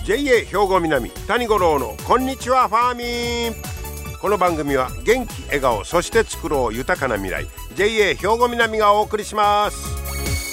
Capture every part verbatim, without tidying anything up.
ジェイエー 兵庫南谷五郎のこんにちはファーミン。この番組は元気笑顔そして作ろう豊かな未来 ジェイエー 兵庫南がお送りします。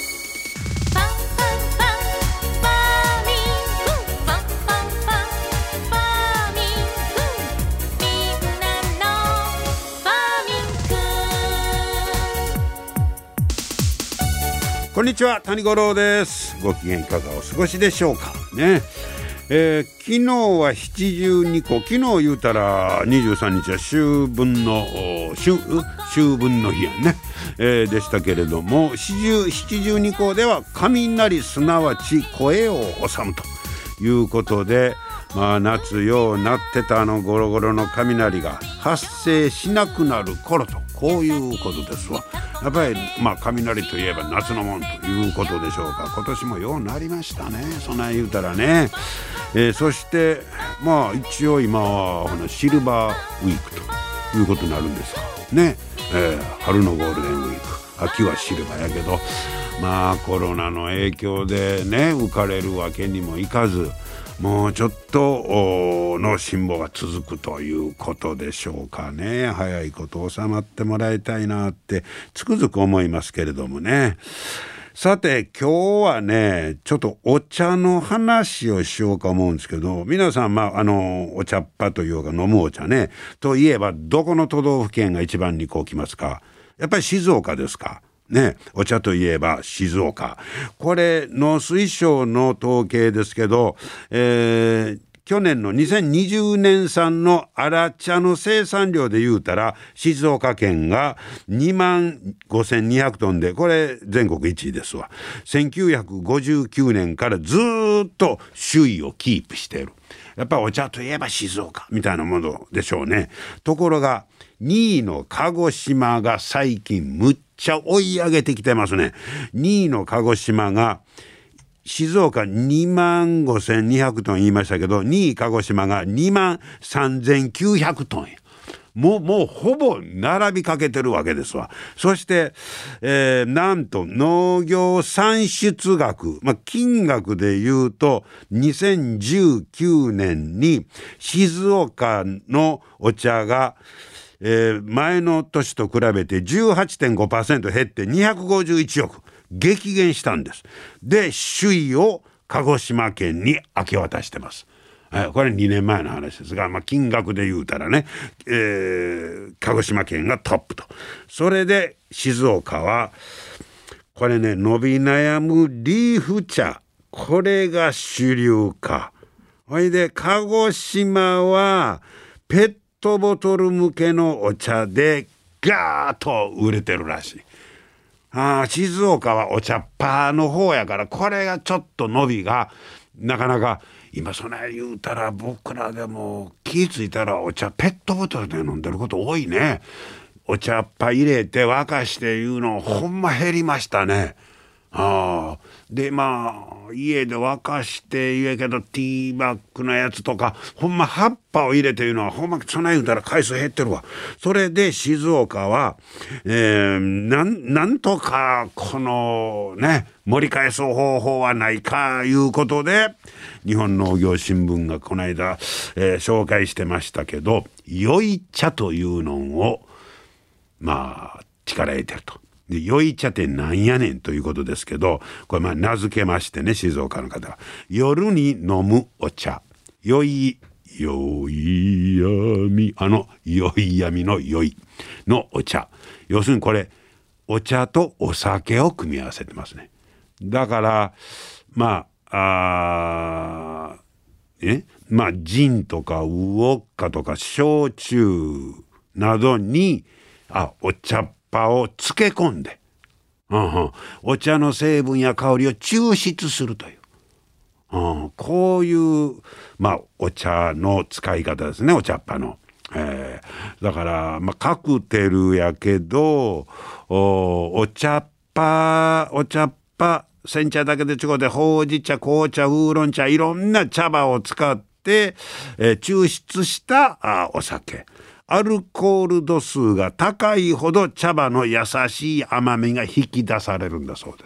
こんにちは谷五郎です。ご機嫌いかがお過ごしでしょうかね。えー、昨日はしちじゅうにこ、昨日言うたらにじゅうさんにちは秋分の秋秋分の日やね、えー、でしたけれどもしちじゅうにこでは雷すなわち声を収むということで、まあ夏ようなってたあのゴロゴロの雷が発生しなくなる頃と、こういうことですわ。やっぱりまあ雷といえば夏のもんということでしょうか。今年もようなりましたね、そんなん言うたらね。えー、そしてまあ一応今はシルバーウィークということになるんですかね。えー、春のゴールデンウィーク、秋はシルバーやけど、まあコロナの影響でね浮かれるわけにもいかず、もうちょっとの辛抱が続くということでしょうかね。早いこと収まってもらいたいなってつくづく思いますけれどもね。さて今日はねちょっとお茶の話をしようか思うんですけど、皆さんまああのお茶っ葉というか飲むお茶ねといえばどこの都道府県が一番にこうきますか？やっぱり静岡ですかね。お茶といえば静岡。これ農水省の統計ですけど、えー、去年のにせんにじゅうねん産の荒茶の生産量で言うたら静岡県がにまんごせんにひゃくトンで、これ全国いちいですわ。せんきゅうひゃくごじゅうきゅうねんからずっと首位をキープしている。やっぱお茶といえば静岡みたいなものでしょうね。ところがにいの鹿児島が最近むっちゃ追い上げてきてますね。にいの鹿児島が静岡にまんごせんにひゃくトン言いましたけど、にい鹿児島がにまんさんぜんきゅうひゃくトン。もう、もうほぼ並びかけてるわけですわ。そして、えー、なんと農業産出額、まあ、金額で言うとにせんじゅうきゅうねんに静岡のお茶がえー、前の年と比べて じゅうはちてんごパーセント 減ってにひゃくごじゅういちおく激減したんです。で首位を鹿児島県に明け渡してます。えー、これにねんまえの話ですが、まあ、金額で言うたらね、えー、鹿児島県がトップと。それで静岡はこれね、伸び悩むリーフ茶、これが主流か。それで鹿児島はペットペットボトル向けのお茶でガーッと売れてるらしい。あ、静岡はお茶っ葉の方やから、これがちょっと伸びがなかなか、今そない言うたら僕らでも気ぃついたらお茶ペットボトルで飲んでること多いね。お茶っ葉入れて沸かしていうのほんま減りましたね。あでまあ家で沸かして言えけどティーバッグのやつとかほんま葉っぱを入れていうのはほんまそない言うたら回数減ってるわ。それで静岡は、えー、なんなんとかこのね盛り返す方法はないかいうことで日本農業新聞がこの間、えー、紹介してましたけど、よい茶というのをまあ力入れてると。でよい茶ってなんやねんということですけど、これまあ名付けましてね、静岡の方は夜に飲むお茶、よいよい闇、あのよい闇のよいのお茶、要するにこれお茶とお酒を組み合わせてますね。だからまああえまあジンとかウォッカとか焼酎などにあお茶っ葉を漬け込んで、うんうん、お茶の成分や香りを抽出するという、うん、こういうまあお茶の使い方ですね、お茶っ葉の。えー、だから、まあ、カクテルやけど お, お茶っ葉お茶っ葉煎茶だけで違うてほうじ茶、紅茶、ウーロン茶、いろんな茶葉を使って、えー、抽出したあお酒、アルコール度数が高いほど茶葉の優しい甘みが引き出されるんだそうです。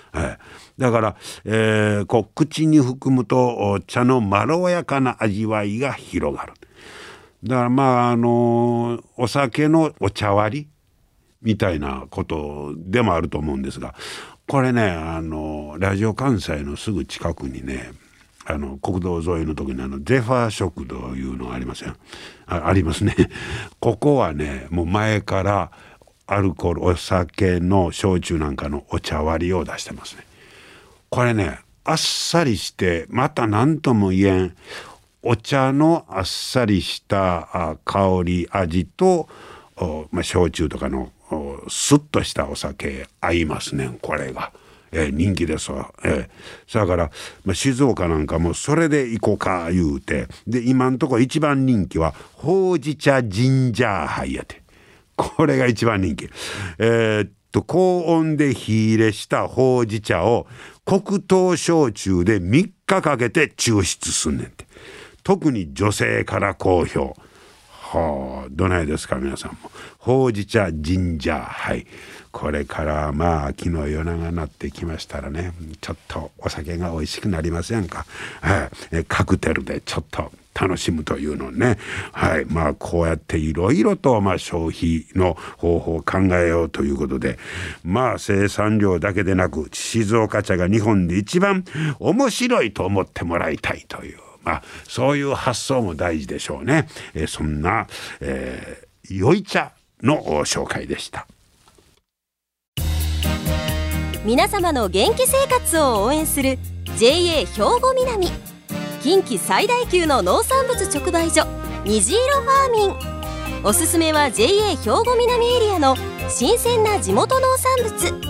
はい、だから、えー、こう口に含むと茶のまろやかな味わいが広がる。だからまああのお酒のお茶割りみたいなことでもあると思うんですが、これねあのラジオ関西のすぐ近くにね、あの国道沿いのとこにあのゼファー食堂いうのがありません あ, ありますね。ここはねもう前からアルコールお酒の焼酎なんかのお茶割りを出してますね。これねあっさりしてまた何とも言えんお茶のあっさりした香り味と、まあ、焼酎とかのスッとしたお酒合いますねこれが。えー、人気ですわ、えー、だから、まあ、静岡なんかもそれで行こうか言うて、で今んとこ一番人気はほうじ茶ジンジャーハイやて、これが一番人気。えー、っと高温で火入れしたほうじ茶を黒糖焼酎でみっかかけて抽出すんねんて。特に女性から好評。はあ、どないですか皆さんも。ほうじ茶ジンジャーハイ、これからまあ秋の夜長になってきましたらね、ちょっとお酒が美味しくなりませんか。はい、カクテルでちょっと楽しむというのね。はい、まあこうやっていろいろとまあ消費の方法を考えようということで、まあ生産量だけでなく静岡茶が日本で一番面白いと思ってもらいたいという、まあそういう発想も大事でしょうね。えー、そんな、えー、良い茶の紹介でした。 皆様の元気生活を応援する ジェーエー 兵庫南、近畿最大級の農産物直売所虹色ファーミン。おすすめは ジェーエー 兵庫南エリアの新鮮な地元農産物。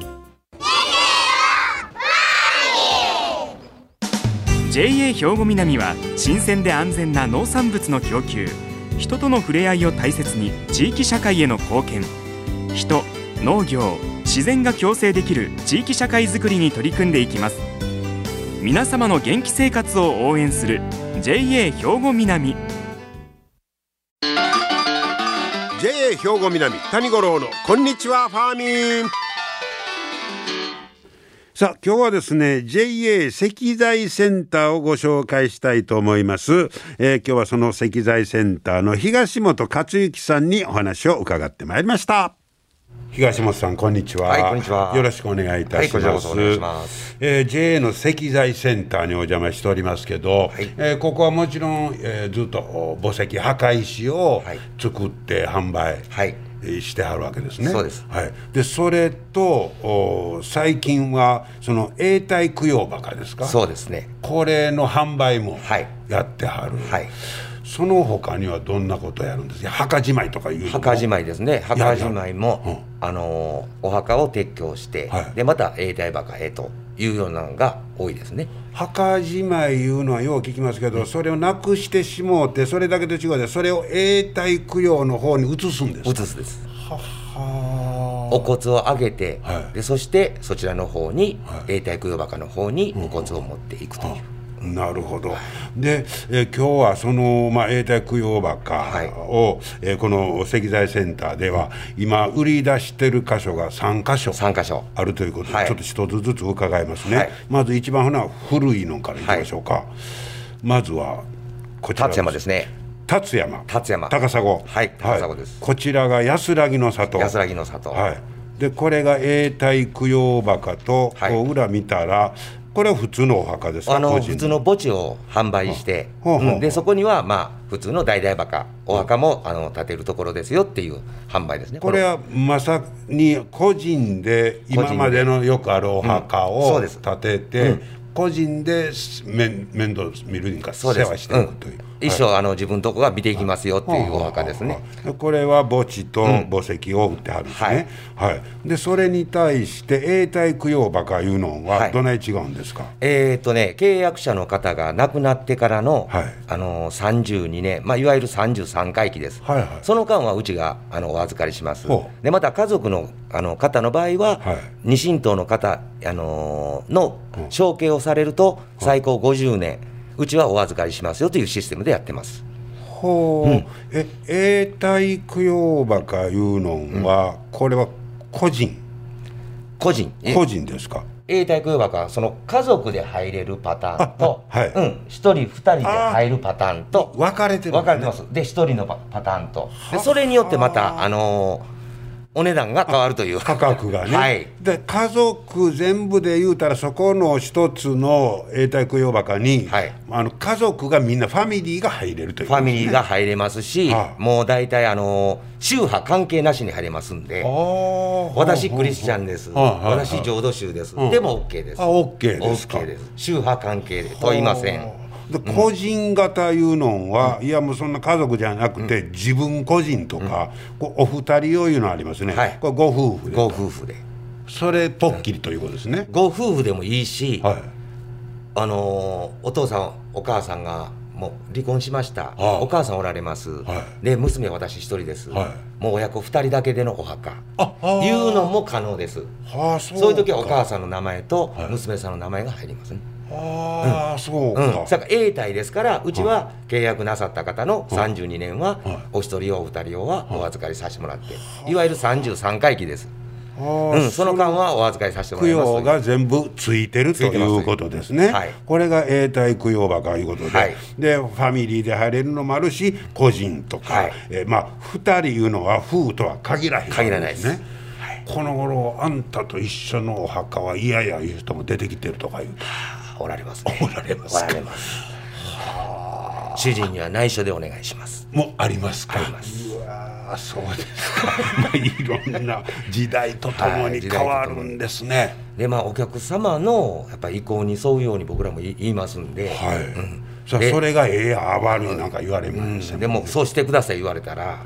ジェーエー 兵庫南は新鮮で安全な農産物の供給、人との触れ合いを大切に地域社会への貢献、人、農業、自然が共生できる地域社会づくりに取り組んでいきます。皆様の元気生活を応援する ジェーエー 兵庫南。 ジェーエー 兵庫南谷五郎のこんにちはファーミン。さあ今日はですね ジェーエー 石材センターをご紹介したいと思います。えー、今日はその石材センターの東本克之さんにお話を伺ってまいりました。東本さんこんにちは。 はい、こんにちは。 よろしくお願いいたします。はい、こちらこそお願いします。えー、ジェーエー の石材センターにお邪魔しておりますけど、はい、えー、ここはもちろん、えー、ずっと墓石墓石を作って販売、はい、してはるわけですね。 そうです。 はい。でそれと最近はその永代供養墓ですか。 そうですね。 これの販売もやってはる。 はい。 その他にはどんなことをやるんですか。墓じまいとかいうのも。 墓じまいですね。墓じまいも、うん、あのお墓を撤去して、はい、でまた永代墓へというようなのが多いですね。 墓じまいいうのはよう聞きますけど、うん、それをなくしてしもうてそれだけと違うでそれを永代供養の方に移すんですか。 移すです。 ははお骨をあげて、はい、でそしてそちらの方に、はい、永代供養墓の方にお骨を持っていくという、 うん、なるほど。で、え今日はその、まあ、永代供養墓を、はい、えこの石材センターでは今売り出してる箇所がさんかしょあるということで、はい、ちょっと一つずつ伺いますね。はい、まず一番古いのからいきましょうか。はい、まずはこちら達山ですね。 達山達山高砂。 はい、高砂です。 はい、こちらが安らぎの里。 安らぎの里。 はい。でこれが永代供養墓と、はい、こう裏見たらこれは普通のお墓ですか。 あの普通の墓地を販売して、うんうん、でそこにはまあ普通の大々墓お墓もあの建てるところですよっていう販売ですね。 これはまさに個人で今までのよくあるお墓を建てて、うん、個人で面倒見るにか世話していくという、うん、 一生あの自分のとこが見ていきますよっていうお墓ですね。 これは墓地と墓石を売ってはるんですね。うん、はいはい、でそれに対して永代供養墓いうのはどない違うんですか。はい、 えーとね契約者の方が亡くなってからの、はい、あのさんじゅうにねん、まあ、いわゆるさんじゅうさんかいきです。はいはい、その間はうちがあのお預かりします。でまた家族の、あの方の場合は、はい、二親等の方、あのー、の承継をされると最高ごじゅうねん、うちはお預かりしますよというシステムでやってます。 ほう、うん、え永代供養墓いうのは、うん、これは個人個人個人ですか。 永代供養箱はその家族で入れるパターンと、はい、うん、ひとりふたりで入るパターンと分かれてる、ね、 分かれてます。でひとりのパターンとでそれによってまたあのーお値段が変わるという価格がね、 はい、 で家族全部で言うたらそこの一つの永代供養墓に、はい、あの家族がみんなファミリーが入れるという、ね、 ファミリーが入れますし、はあ、もう大体あの宗派関係なしに入れますんで、私クリスチャンです、はあ、私浄土宗です、はあ、でも OK です。 あ OK ですか。 OK です。宗派関係で問いません。 で個人型いうのは、うん、いやもうそんな家族じゃなくて、うん、自分個人とか、うん、お二人をいうのありますね、はい、これご夫婦でご夫婦でそれぽっきりということですね、 うん、ご夫婦でもいいし、はい、あのー、お父さんお母さんがもう離婚しました、はあ、お母さんおられます、はい、で娘私一人です、はい、もう親子二人だけでのお墓いうのも可能です、はあ、そう、そういう時はお母さんの名前と娘さんの名前が入りますね。 ああ、うん、そうか、うん、 だから永代ですからうちは契約なさった方のさんじゅうにねんはお一人お二人をはお預かりさせてもらって、いわゆるさんじゅうさんかいきです。うん、その間はお預かりさせてもらいます。 供養が全部ついてるということですね、はい、これが永代供養墓ということで、はい、でファミリーで入れるのもあるし個人とか、はい、えまあふたりいうのは夫とは限らへんですね。 限らないです、はい、 この頃あんたと一緒のお墓は嫌やいう人も出てきてるとか言うとおられますね。 おられますか。 おられます。はあ、主人には内緒でお願いします。 もうありますか。 あります。 うわそうですか。まあいろんな時代とともに変わるんですね。はい、 でまあお客様のやっぱ意向に沿うように僕らも言いますんで。 はい。うん、それがええや悪いなんか言われます、 うん、でもそうしてください言われたらはい、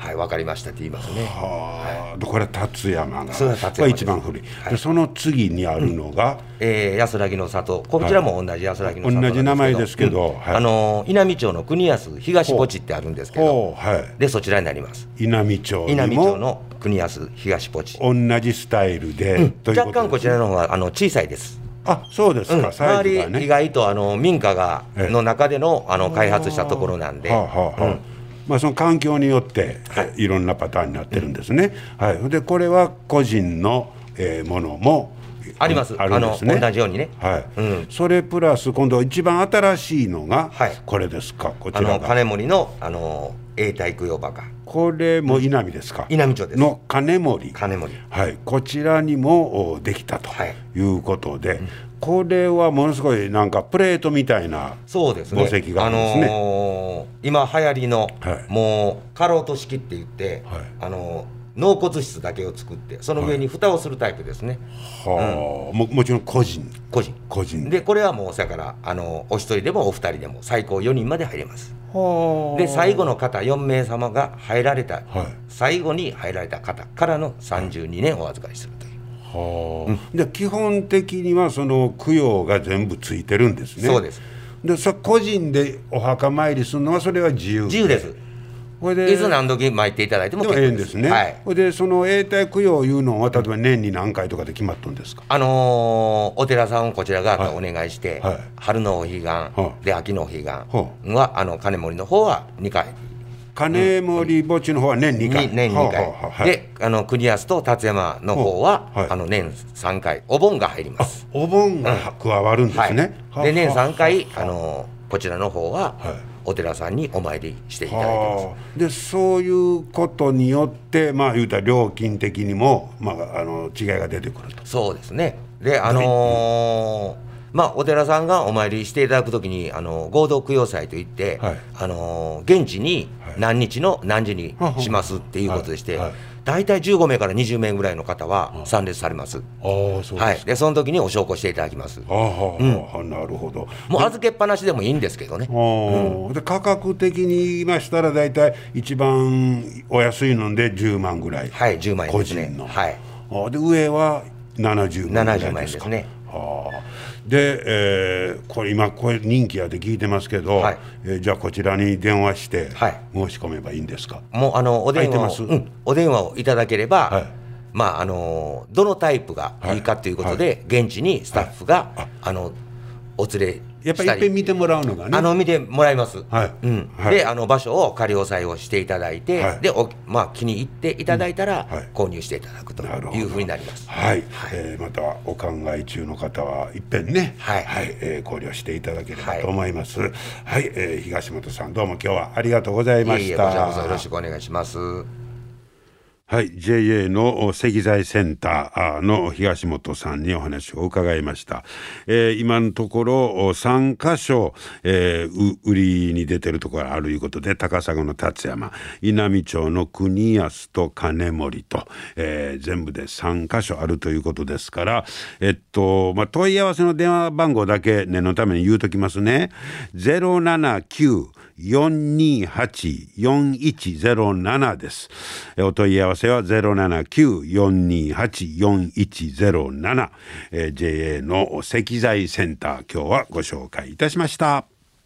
はい、分かりましたって言いますね。 はあ、はい、これは達山がそれは達山一番古い、はい、でその次にあるのが、うん、 えー、安らぎの里、こちらも同じ安らぎの里なんですけど、 同じ名前ですけど、うん、 はい、あの稲美町の国安東墓地ってあるんですけど、はい、でそちらになります。 稲美町にも稲美町の国安東墓地同じスタイルで、 うん、という若干こちらの方はあの小さいです。 あ、そうですか、うん、 周り意外とあの民家がの中でのあの開発したところなんで、はあはあ、うん、 まあ、その環境によって、はい、いろんなパターンになってるんですね、うん、はい、でこれは個人の、えー、ものもあります、あるんですね、あの同じようにね、 はい、うん、それプラス今度一番新しいのが、はい、これですか、こちらがあの金森のあの永代供養墓、 これも稲美ですか、 稲美町ですの金森、 金森、 はい、こちらにもできたということで、はい、うん、これはものすごいなんかプレートみたいなそうですね、 墓石があるんですね、 あのー、今流行りの、はい、もうカロート式って言って、はい、あのー納骨室だけを作ってその上に蓋をするタイプですね。 はあ、うん、も, もちろん個人個人個人でこれはもうだからあのお一人でもお二人でも最高よにんまで入れます。はあ、で最後の方よんめいさまが入られた、はい、最後に入られた方からのさんじゅうにねんお預かりするという。 はあ、うん、で基本的にはその供養が全部ついてるんですね。 そうです。 でそ個人でお墓参りするのはそれは自由自由です。これでいつ何時参っていただいても結構です。 ええんですね。はい、これでその永代供養いうのは例えば年に何回とかで決まったんですか。 あのー、お寺さんをこちら側からお願いして、はいはい、春のお彼岸、はい、で秋のお彼岸はあの金森の方はにかい、 金森墓地の方は年にかい、 年にかい、はあはあ、であの国安と達山の方は、はい、あの年さんかいお盆が入ります。 お盆が加わるんですね。 うん、はい、で年さんかいあのこちらの方は、はい、お寺さんにお参りしていただいてます。 でそういうことによってまあ言うたら料金的にも、まあ、あの違いが出てくると。 そうですね。であのーまあ、お寺さんがお参りしていただくときにあの合同供養祭といって、はい、あの現地に何日の何時にしますっていうことでして、はいはい、大体じゅうごめいからにじゅうめいぐらいの方は参列されます。 ああ、そうですか。 はい、でその時にお焼香していただきます。 ああ、うん、なるほど。 もう預けっぱなしでもいいんですけどね。 うん、で価格的に言いましたら大体一番お安いのでじゅうまんぐらい。 はい、じゅうまん円ですね。 個人の。 はい。 で上はななじゅうまんぐらいですか。 ななじゅうまんえんですね。 はあ、で、えー、これ今これ人気やで聞いてますけど、はい、えー、じゃあこちらに電話して申し込めばいいんですか。 もうあのお電話を、うん、お電話をいただければ、はい、まああのどのタイプがいいかということで、はい、現地にスタッフが、はい、あのおお連れしたり、 やっぱりいっぺん見てもらうのがね、 あの見てもらいます、 はいうんはい、 であの場所を仮押さえをしていただいて、はい、でお、まあ、気に入っていただいたら、うんはい、購入していただくというふうになります。 はい、はい、えー、またお考え中の方はいっぺんね、はいはい、えー、考慮していただければと思います。はい、はい、えー、東本さんどうも今日はありがとうございました。いえいえ、 こちらこそよろしくお願いします。 はい、ジェイエー の石材センターの東本さんにお話を伺いました。えー、今のところさんかしょ、えー、売りに出てるところがあるいうことで、高砂の辰山、稲美町の国安と金森と、えー、全部でさんかしょあるということですから、えっとまあ、問い合わせの電話番号だけ念のために言うときますね。ゼロななきゅう よんにはち よんいちゼロなな です。お問い合わせは ゼロななきゅう よんにはち よんいちゼロなな、えー、ジェイエー の石材センター、今日はご紹介いたしました。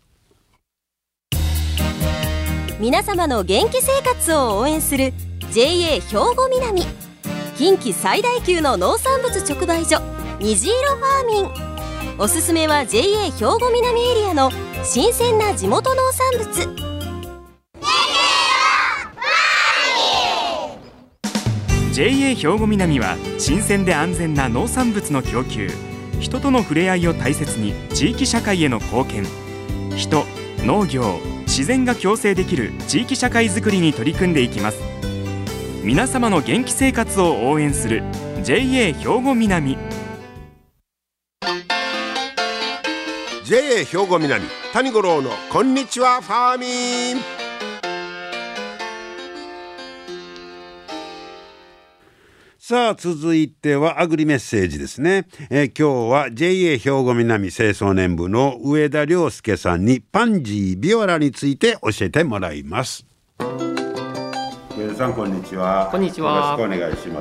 皆様の元気生活を応援する ジェイエー 兵庫南、近畿最大級の農産物直売所虹色ファーミン。おすすめは ジェイエー 兵庫南エリアの新鮮な地元農産物。 ジェイエー 兵庫南は新鮮で安全な農産物の供給、人との触れ合いを大切に地域社会への貢献、人、農業、自然が共生できる地域社会づくりに取り組んでいきます。皆様の元気生活を応援する ジェイエー 兵庫南。 ジェイエー 兵庫南谷五郎のこんにちはファーミン。 さあ続いてはアグリメッセージですね。えー、今日は ジェイエー 兵庫南清掃年部の上田良介さんにパンジービオラについて教えてもらいます。上田さんこんにちは。 こんにちは。 よろしくお願いします。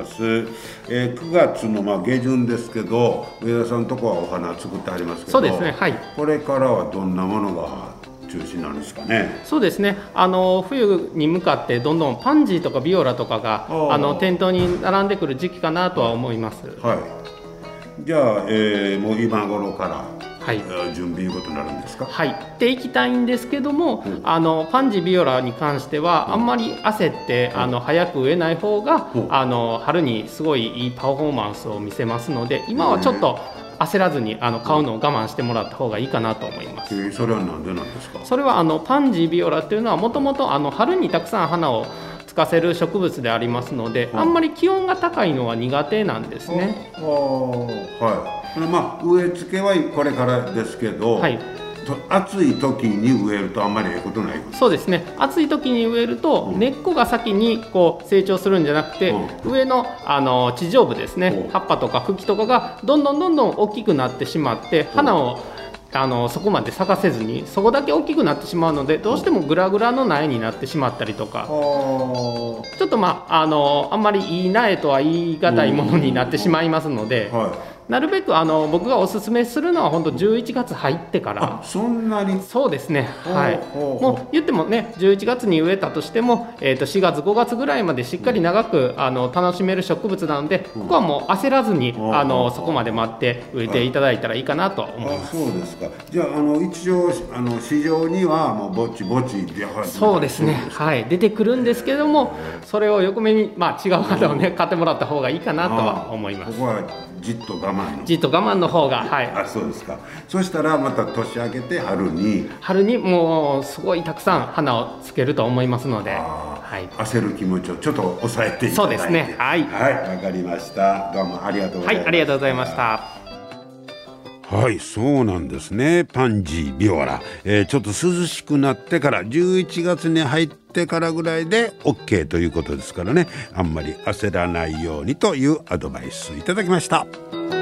えー、くがつのまあ下旬ですけど、上田さんのとこはお花作ってありますけど、 そうですね、はい、 これからはどんなものが中心なんですかね。 そうですね、あの冬に向かってどんどんパンジーとかビオラとかがあの店頭に並んでくる時期かなとは思います。 はい、じゃあ、えー、もう今頃からはい、 準備いうことになるんですか。 はい、っていきたいんですけども、うん、あのパンジービオラに関しては、うん、あんまり焦って、うん、あの早く植えない方が、うん、あの春にすごいいいパフォーマンスを見せますので、今はちょっと焦らずにあの買うのを我慢してもらった方がいいかなと思います。 えー、それはなんでなんですか。 それはあのパンジービオラっていうのはもともと春にたくさん花をつかせる植物でありますので、あんまり気温が高いのは苦手なんですね。 ああ、はい。まあ、植え付けはこれからですけど、はい、暑い時に植えるとあんまりええことない。 そうですね、暑い時に植えると、うん、根っこが先にこう成長するんじゃなくて、うん、上の、あの地上部ですね、うん、葉っぱとか茎とかがどんどんどんどん大きくなってしまって、花をあのそこまで咲かせずにそこだけ大きくなってしまうので、どうしてもグラグラの苗になってしまったりとか、ちょっとまああのあんまりいい苗とは言い難いものになってしまいますので、はい、なるべくあの僕がおすすめするのは本当じゅういちがつ入ってから。 あ、そんなに。 そうですね、はい、もう言ってもねじゅういちがつに植えたとしても、えー、としがつごがつぐらいまでしっかり長く、うん、あの楽しめる植物なので、うん、ここはもう焦らずに、うん、あのそこまで待って植えていただいたらいいかなと思います。 あ、そうですか。じゃあ、あの一応あの市場にはもうぼちぼち出始め。 そうですね、はい、出てくるんですけども、それを横目に、まあ、違う方をね、うん、買ってもらった方がいいかなとは思います。 ここはじっと我慢のじっと我慢の方が、はい。 あ、そうですか。そしたらまた年明けて春に春にもうすごいたくさん花をつけると思いますので、 はい、焦る気持ちをちょっと抑えていただいて。 そうですね、はい、 はい、わかりました。どうもありがとうございました。はい、 ありがとうございました。 はい、そうなんですね。パンジービオラ、えー、ちょっと涼しくなってからじゅういちがつに入ってからぐらいで OK ということですからね、あんまり焦らないようにというアドバイスいただきました。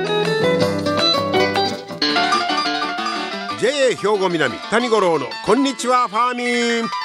ジェイエー 兵庫南谷五郎のこんにちはファーミン。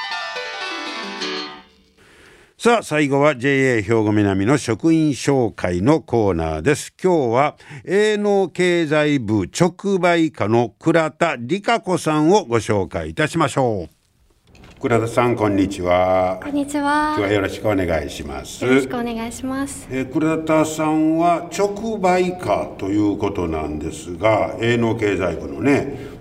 さあ最後は ジェイエー 兵庫南の職員紹介のコーナーです。今日は営農経済部直売課の倉田理香子さんをご紹介いたしましょう。倉田さん、こんにちは。 こんにちは。 今日はよろしくお願いします。 よろしくお願いします。 えー、倉田さんは直売課ということなんですが、営農経済部のね、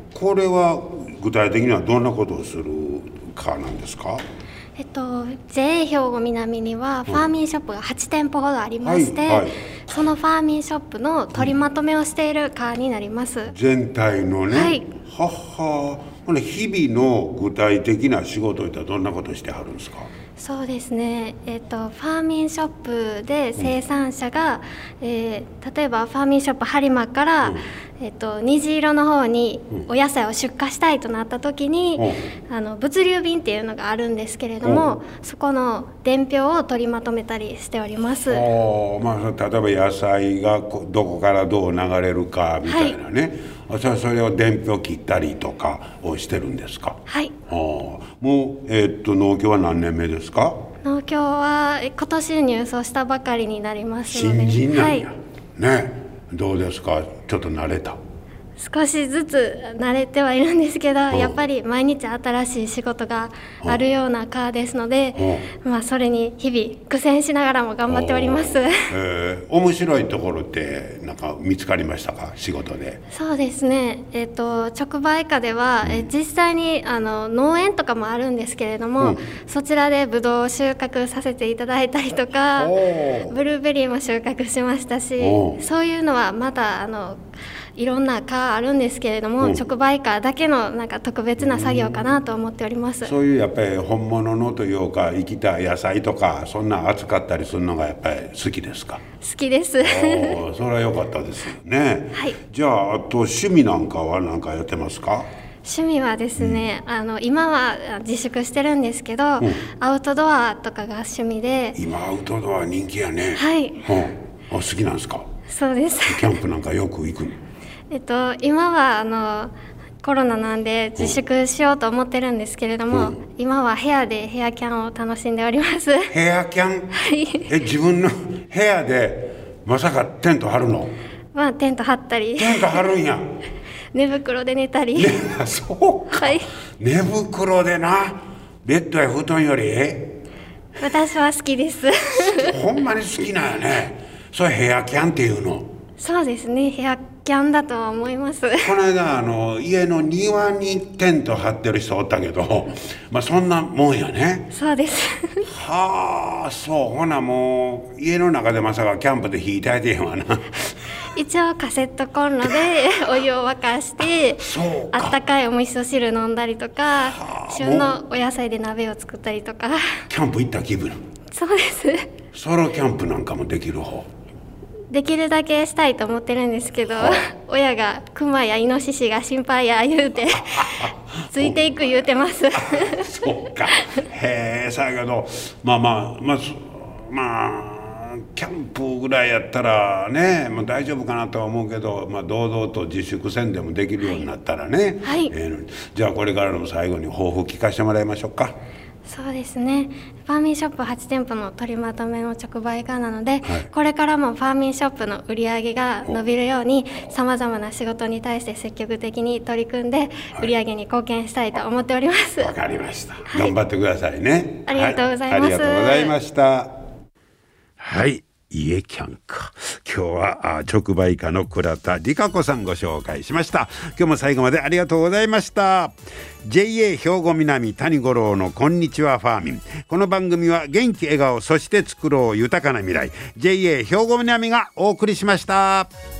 これは具体的にはどんなことをするかなんですか？ えっと、ジェーエー 兵庫南にはファーミンショップがはちてんぽほどありまして、はいはい、そのファーミンショップの取りまとめをしている課になります。 全体のね、 はい、 ははこの日々の具体的な仕事いったらどんなことしてはるんですか？ そうですね、えーと、ファーミンショップで生産者が、うん、えー、例えばファーミンショップ播磨から、うん、えーと、虹色の方にお野菜を出荷したいとなった時に、うん、あの物流便っていうのがあるんですけれども、うん、そこの伝票を取りまとめたりしております。 お、まあ、例えば野菜がどこからどう流れるかみたいなね、はい、それを伝票切ったりとかをしてるんですか？ はい。 あ、もう、えー、っと農協は何年目ですか？ 農協は今年入村したばかりになりますので。 新人なんや、 はい、 ね、どうですか？ちょっと慣れた？ 少しずつ慣れてはいるんですけど、やっぱり毎日新しい仕事があるような課ですので、まあ、それに日々苦戦しながらも頑張っております。 えー、面白いところってなんか見つかりましたか？仕事で。 そうですね、えーと、直売課では、うん、え実際にあの農園とかもあるんですけれども、うん、そちらでブドウを収穫させていただいたりとか、ブルーベリーも収穫しましたし、そういうのはまたあのいろんな課あるんですけれども、うん、直売課だけのなんか特別な作業かなと思っております。 そういうやっぱり本物のというか生きた野菜とかそんな扱ったりするのがやっぱり好きですか？ 好きです。 お、それは良かったですよね。 はい、 じゃああと趣味なんかは何かやってますか？ 趣味はですね、うん、あの今は自粛してるんですけど、うん、アウトドアとかが趣味で。 今アウトドア人気やね。 はい、 うん、あ、好きなんですか？ そうです。 キャンプなんかよく行くの？ えっと、今はあのコロナなんで自粛しようと思ってるんですけれども、うん、今は部屋でヘアキャンを楽しんでおります。 ヘアキャン？はい、え、自分の部屋でまさかテント張るの？ まあテント張ったり。 テント張るんや。 寝袋で寝たり。 ね、そうか、はい、寝袋でな、ベッドや布団より。 私は好きです。 ほんまに好きなんやね。それヘアキャンっていうの？ そうですね、ヘアキャンだとは思います。 この間あの家の庭にテント張ってる人おったけど、まあそんなもんやね。 そうです。 はあ、そう。ほなもう家の中でまさかキャンプで火焚いてへんわな。 一応カセットコンロでお湯を沸かしてあったかいお味噌汁飲んだりとか、旬のお野菜で鍋を作ったりとか。 キャンプ行った気分？ そうです。 ソロキャンプなんかもできる方？ できるだけしたいと思ってるんですけど、親がクマやイノシシが心配や言うてついていく言うてます。 そうか。へえ、さやけどまあまあまあまあキャンプぐらいやったらね、まあ、大丈夫かなとは思うけど、まあ、堂々と自粛せんでもできるようになったらね、 はい、 えー、じゃあこれからの最後に抱負聞かせてもらいましょうか。 そうですね、ファーミンショップはち店舗の取りまとめの直売課なので、はい、これからもファーミンショップの売り上げが伸びるようにさまざまな仕事に対して積極的に取り組んで売り上げに貢献したいと思っております。 わかりました、はい、頑張ってくださいね。 ありがとうございます、 はい、ありがとうございました。はい、家キャンか。今日は直売課の倉田理香子さんご紹介しました。今日も最後までありがとうございました。 ジェイエー 兵庫南谷五郎のこんにちはファーミン。この番組は元気笑顔そして作ろう豊かな未来 ジェイエー 兵庫南がお送りしました。